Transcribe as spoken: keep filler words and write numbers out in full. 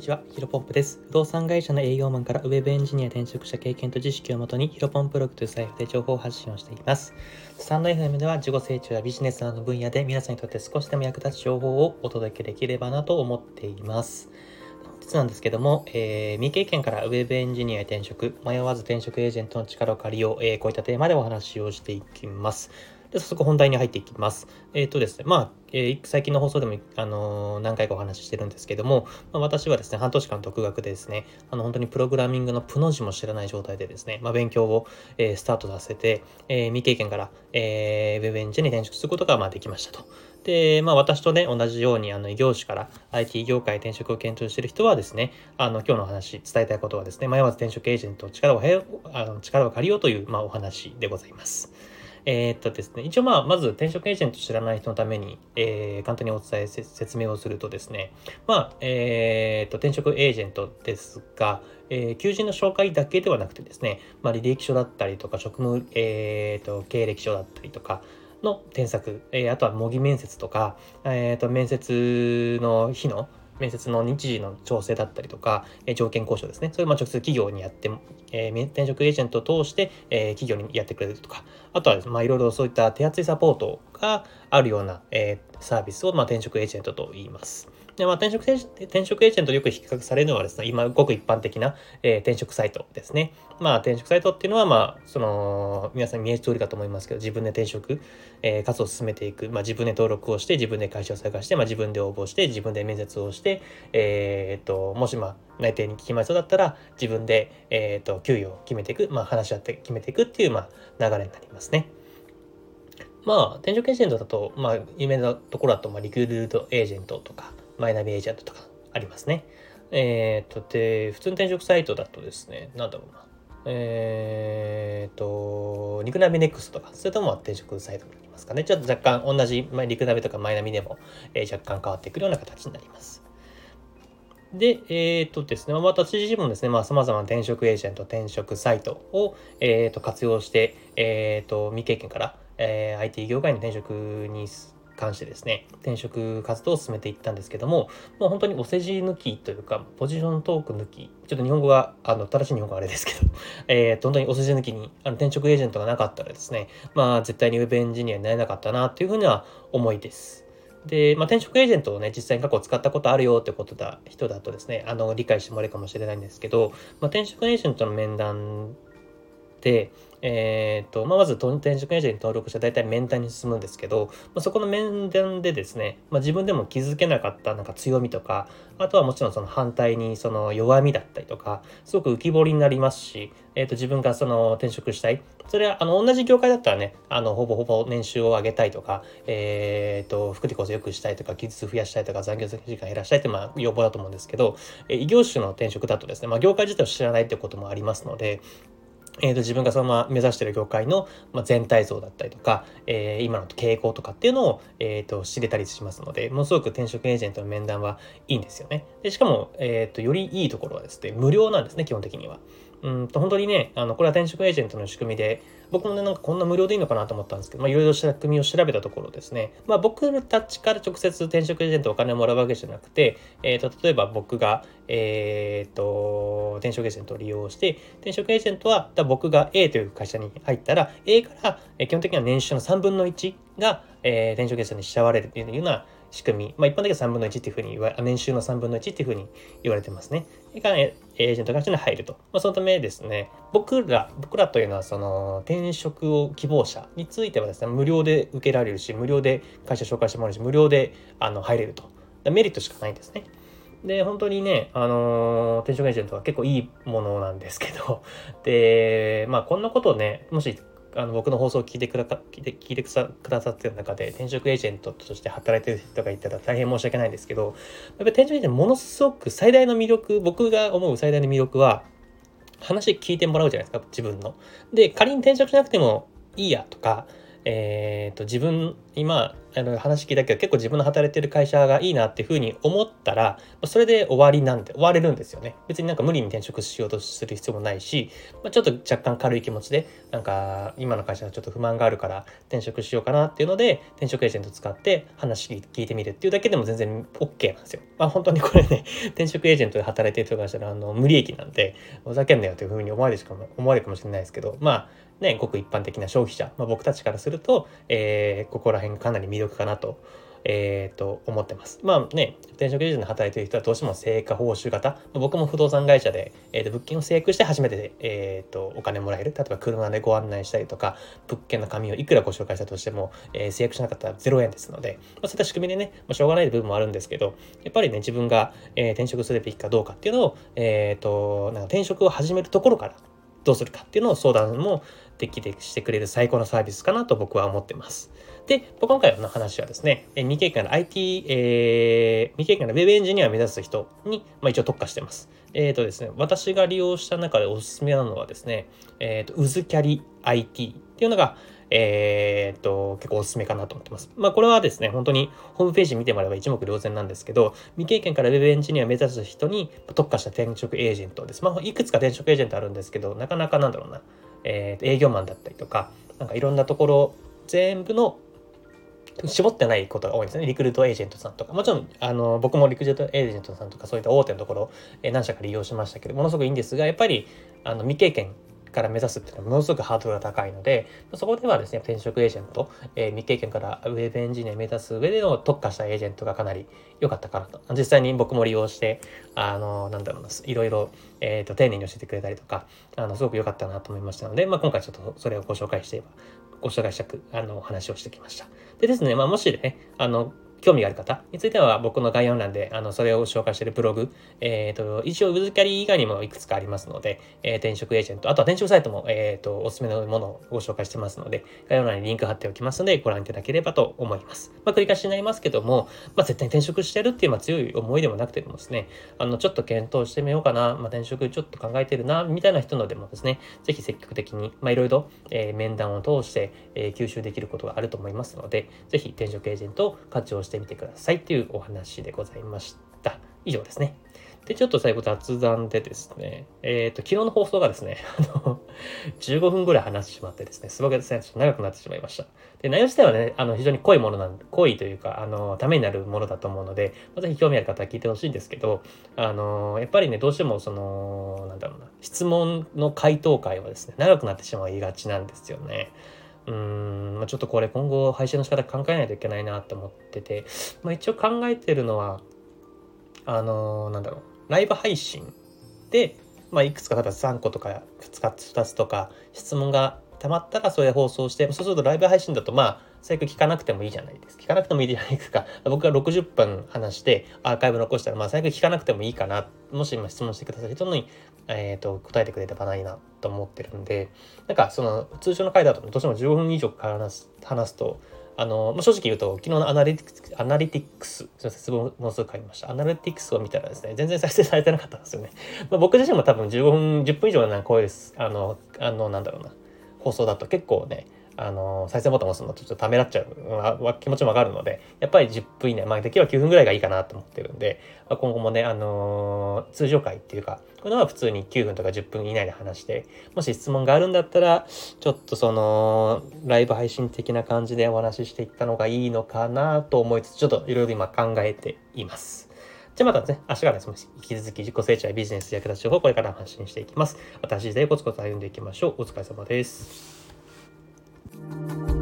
ちは、ヒロポンプです。不動産会社の営業マンからウェブエンジニア転職した経験と知識をもとにヒロポンプログというサイトで情報発信をしています。スタンド エフエム では自己成長やビジネスなどの分野で皆さんにとって少しでも役立つ情報をお届けできればなと思っています。本日なんですけども、えー、未経験からウェブエンジニアへ転職、迷わず転職エージェントの力を借りよう、えー、こういったテーマでお話をしていきます。で、早速本題に入っていきます。えっ、ー、とですね、まあ、えー、最近の放送でも、あのー、何回かお話ししてるんですけども、まあ、私はですね、半年間独学でですね、あの、本当にプログラミングのプの字も知らない状態でですね、まあ、勉強を、えー、スタートさせて、えー、未経験から、えー、ウェブエンジニアに転職することが、まあ、できましたと。で、まあ、私とね、同じように、あの、異業種から アイティー 業界転職を検討している人はですね、あの、今日の話、伝えたいことはですね、迷わず転職エージェントの力を、あの力を借りようという、まあ、お話でございます。えー、っとですね、一応まあ、まず転職エージェント知らない人のために、えー、簡単にお伝え、説明をするとですね、まあ、えー、っと、転職エージェントですが、えー、求人の紹介だけではなくてですね、まあ、履歴書だったりとか、職務、えー、っと、経歴書だったりとかの添削、えー、あとは模擬面接とか、えー、っと、面接の日の面接の日時の調整だったりとか、えー、条件交渉ですね。それをまあ直接企業にやって、えー、転職エージェントを通して、えー、企業にやってくれるとか、あとは、まあ、いろいろそういった手厚いサポートがあるような、えー、サービスを、まあ、転職エージェントと言います。で、まあ、転職、転職エージェントとよく比較されるのはですね、今、ごく一般的な、えー、転職サイトですね。まあ、転職サイトっていうのは、まあ、その、皆さん見える通りかと思いますけど、自分で転職、えー、活動を進めていく、まあ、自分で登録をして、自分で会社を探して、まあ、自分で応募して、自分で面接をして、えー、っと、もし、まあ、内定に決まりそうだったら、自分で、えー、っと、給与を決めていく、まあ、話し合って決めていくっていう、まあ、流れになりますね。まあ、転職エージェントだと、まあ、有名なところだと、まあ、リクルートエージェントとか、マイナビエージェントとかありますね。えー、っと、で、普通の転職サイトだとですね、なんだろうな。えー、っと、リクナビネクストとか、それとも転職サイトになりますかね。ちょっと若干同じ、まあ、リクナビとかマイナビでも、えー、若干変わってくるような形になります。で、えっ、ー、とですね、私自身もですね、まあ、様々な転職エージェント、転職サイトを、えっ、ー、と、活用して、えっ、ー、と、未経験から、えー、アイティー 業界の転職に関してですね、転職活動を進めていったんですけども、もう本当にお世辞抜きというか、ポジショントーク抜き、ちょっと日本語が、あの、正しい日本語はあれですけど、えっ、と、本当にお世辞抜きに、あの、転職エージェントがなかったらですね、まあ、絶対にウェブエンジニアになれなかったな、というふうな思いです。で、まあ、転職エージェントをね、実際に過去使ったことあるよってことだ、人だとですね、あの、理解してもらえるかもしれないんですけど、まあ、転職エージェントの面談で、えっ、ー、と、まあ、まず転職エージェントに登録して大体面談に進むんですけど、まあ、そこの面談でですね、まあ、自分でも気づけなかったなんか強みとか、あとはもちろんその反対にその弱みだったりとか、すごく浮き彫りになりますし、えっ、ー、と、自分がその転職したい。それは、あの、同じ業界だったらね、あの、ほぼほぼ年収を上げたいとか、えっ、ー、と、福利厚生良くしたいとか、技術増やしたいとか、残業時間減らしたいって、まあ、要望だと思うんですけど、えー、異業種の転職だとですね、まあ、業界自体を知らないってこともありますので、えー、と自分がそのまま目指している業界の全体像だったりとか、えー、今の傾向とかっていうのを、えー、と知れたりしますので、ものすごく転職エージェントの面談はいいんですよね。でしかも、えー、とよりいいところはですね、無料なんですね、基本的には。うんと本当にね、あのこれは転職エージェントの仕組みで、僕もね、なんかこんな無料でいいのかなと思ったんですけど、まあ、いろいろ仕組みを調べたところですね、まあ、僕たちから直接転職エージェントお金をもらうわけじゃなくて、えー、と例えば僕が、えー、と転職エージェントを利用して、転職エージェントは僕が A という会社に入ったら、A から基本的には年収のさんぶんのいちが、えー、転職エージェントに支払われるというような仕組み。まあ、一般的にはさんぶんのいちっていうふうに言われ、年収のさんぶんのいちっていうふうに言われてますね。それから、エージェント会社に入ると。まあ、そのためですね、僕ら、僕らというのは、その、転職を希望者についてはですね、無料で受けられるし、無料で会社紹介してもらえるし、無料であの入れると。メリットしかないんですね。で、本当にね、あのー、転職エージェントは結構いいものなんですけど、で、まあ、こんなことをね、もし、あの僕の放送を聞いてくだ聞いて聞いてくださってる中で転職エージェントとして働いてる人がいたら大変申し訳ないんですけど、やっぱり転職エージェントものすごく最大の魅力、僕が思う最大の魅力は、話聞いてもらうじゃないですか、自分の。で、仮に転職しなくてもいいやとか、 えー、と自分今あの話聞いたけど結構自分の働いてる会社がいいなっていうふうに思ったらそれで終わりなんで終われるんですよね。別になんか無理に転職しようとする必要もないし、まあ、ちょっと若干軽い気持ちでなんか今の会社はちょっと不満があるから転職しようかなっていうので転職エージェント使って話聞いてみるっていうだけでも全然 OK なんですよ。まあ本当にこれね転職エージェントで働いてる人からしたらあの無利益なんでふざけんなよというふうに思われるしかも思われるかもしれないですけど、まあね、ごく一般的な消費者、まあ、僕たちからすると、えー、ここら辺かなり魅力かなと、えー、と思ってます。まあね、転職エージェントで働いている人はどうしても成果報酬型、僕も不動産会社で、えー、と物件を成約して初めて、えー、とお金もらえる。例えば車でご案内したりとか、物件の紙をいくらご紹介したとしても、えー、成約しなかったらゼロえんですので、まあ、そういった仕組みでね、まあ、しょうがない部分もあるんですけど、やっぱりね、自分が、えー、転職するべきかどうかっていうのを、えー、となんか転職を始めるところからどうするかっていうのを相談もできてしてくれる最高のサービスかなと僕は思ってます。で、今回の話はですね、未経験の アイティー、えー、未経験の Web エンジニアを目指す人に、まあ、一応特化してます。えっ、ー、とですね、私が利用した中でおすすめなのはですね、えっ、ー、と、うずキャリ アイティー っていうのが、えー、っと、結構おすすめかなと思ってます。まあ、これはですね、本当にホームページ見てもらえば一目瞭然なんですけど、未経験から Web エンジニアを目指す人に特化した転職エージェントです。まあ、いくつか転職エージェントあるんですけど、なかなかなんだろうな、えー、営業マンだったりとか、なんかいろんなところ、全部の絞ってないことが多いんですね。リクルートエージェントさんとか。もちろん、あの、僕もリクルートエージェントさんとかそういった大手のところ、えー、何社か利用しましたけど、ものすごくいいんですが、やっぱり、あの、未経験から目指すっていうのはものすごくハードルが高いので、そこではですね、転職エージェント、えー、未経験からウェブエンジニアを目指す上での特化したエージェントがかなり良かったかなと。実際に僕も利用して、あの、なんだろうな、いろいろ、えっと、丁寧に教えてくれたりとか、あの、すごく良かったなと思いましたので、まあ、今回ちょっとそれをご紹介してご紹介したく、あの、お話をしてきました。でですね、まあ、もしね、あの、興味がある方については僕の概要欄であのそれを紹介しているブログ、えっ、ー、と、一応ウズキャリ以外にもいくつかありますので、えー、転職エージェント、あとは転職サイトも、えっ、ー、と、おすすめのものをご紹介してますので、概要欄にリンク貼っておきますので、ご覧いただければと思います。まあ、繰り返しになりますけども、まあ、絶対に転職してるっていう、まあ、強い思いでもなくてもですね、あの、ちょっと検討してみようかな、まあ、転職ちょっと考えてるな、みたいな人のでもですね、ぜひ積極的に、まあ、いろいろ、えー、面談を通して、えー、吸収できることがあると思いますので、ぜひ転職エージェントを活用してみてくださいというお話でございました。以上ですね。で、ちょっと最後雑談でですね、えっ、ー、と、昨日の放送がですね、あの、じゅうごふんぐらい話してしまってですね、すごくですね、ちょっと長くなってしまいました。で、内容自体はね、あの、非常に濃いものなんで、濃いというか、あの、ためになるものだと思うので、ぜひ興味ある方は聞いてほしいんですけど、あの、やっぱりね、どうしてもその、なんだろうな、質問の回答会はですね、長くなってしまいがちなんですよね。うーん、まあ、ちょっとこれ今後配信の仕方考えないといけないなと思ってて、まあ、一応考えてるのは、あのー、なんだろう、ライブ配信で、まあ、いくつか例えばさんことかふつかふたつとか質問が溜まったらそれで放送して、そうするとライブ配信だとまあ最悪聞かなくてもいいじゃないですか。聞かなくてもいいじゃないですか。僕がろくじゅっぷん話してアーカイブ残したらまあ最悪聞かなくてもいいかな。もし今質問してくださる人に、えー、と答えてくれればないなと思ってるんで、なんかその通常の回だとどうしてもじゅうごふん以上話す話すと、あの、正直言うと、昨日のアナリティクス、アナリティクス、すみません、ものすぐ買いました。アナリティクスを見たらですね、全然再生されてなかったんですよね。まあ、僕自身も多分じゅうごふん、じゅっぷん以上な声です。あの、あの、なんだろうな、放送だと結構ね、あの、再生ボタンを押すのとちょっとためらっちゃう、まあ、気持ちもわかるので、やっぱりじゅっぷん以内、まあ、できればきゅうふんぐらいがいいかなと思ってるんで、まあ、今後もね、あのー、通常回っていうか、これは普通にきゅうふんとかじゅっぷん以内で話して、もし質問があるんだったら、ちょっとその、ライブ配信的な感じでお話ししていったのがいいのかなと思いつつ、ちょっといろいろ今考えています。じゃあまたですね、明日からですね、引き続き自己成長やビジネス役立つ情報をこれから発信していきます。私でコツコツ歩んでいきましょう。お疲れ様です。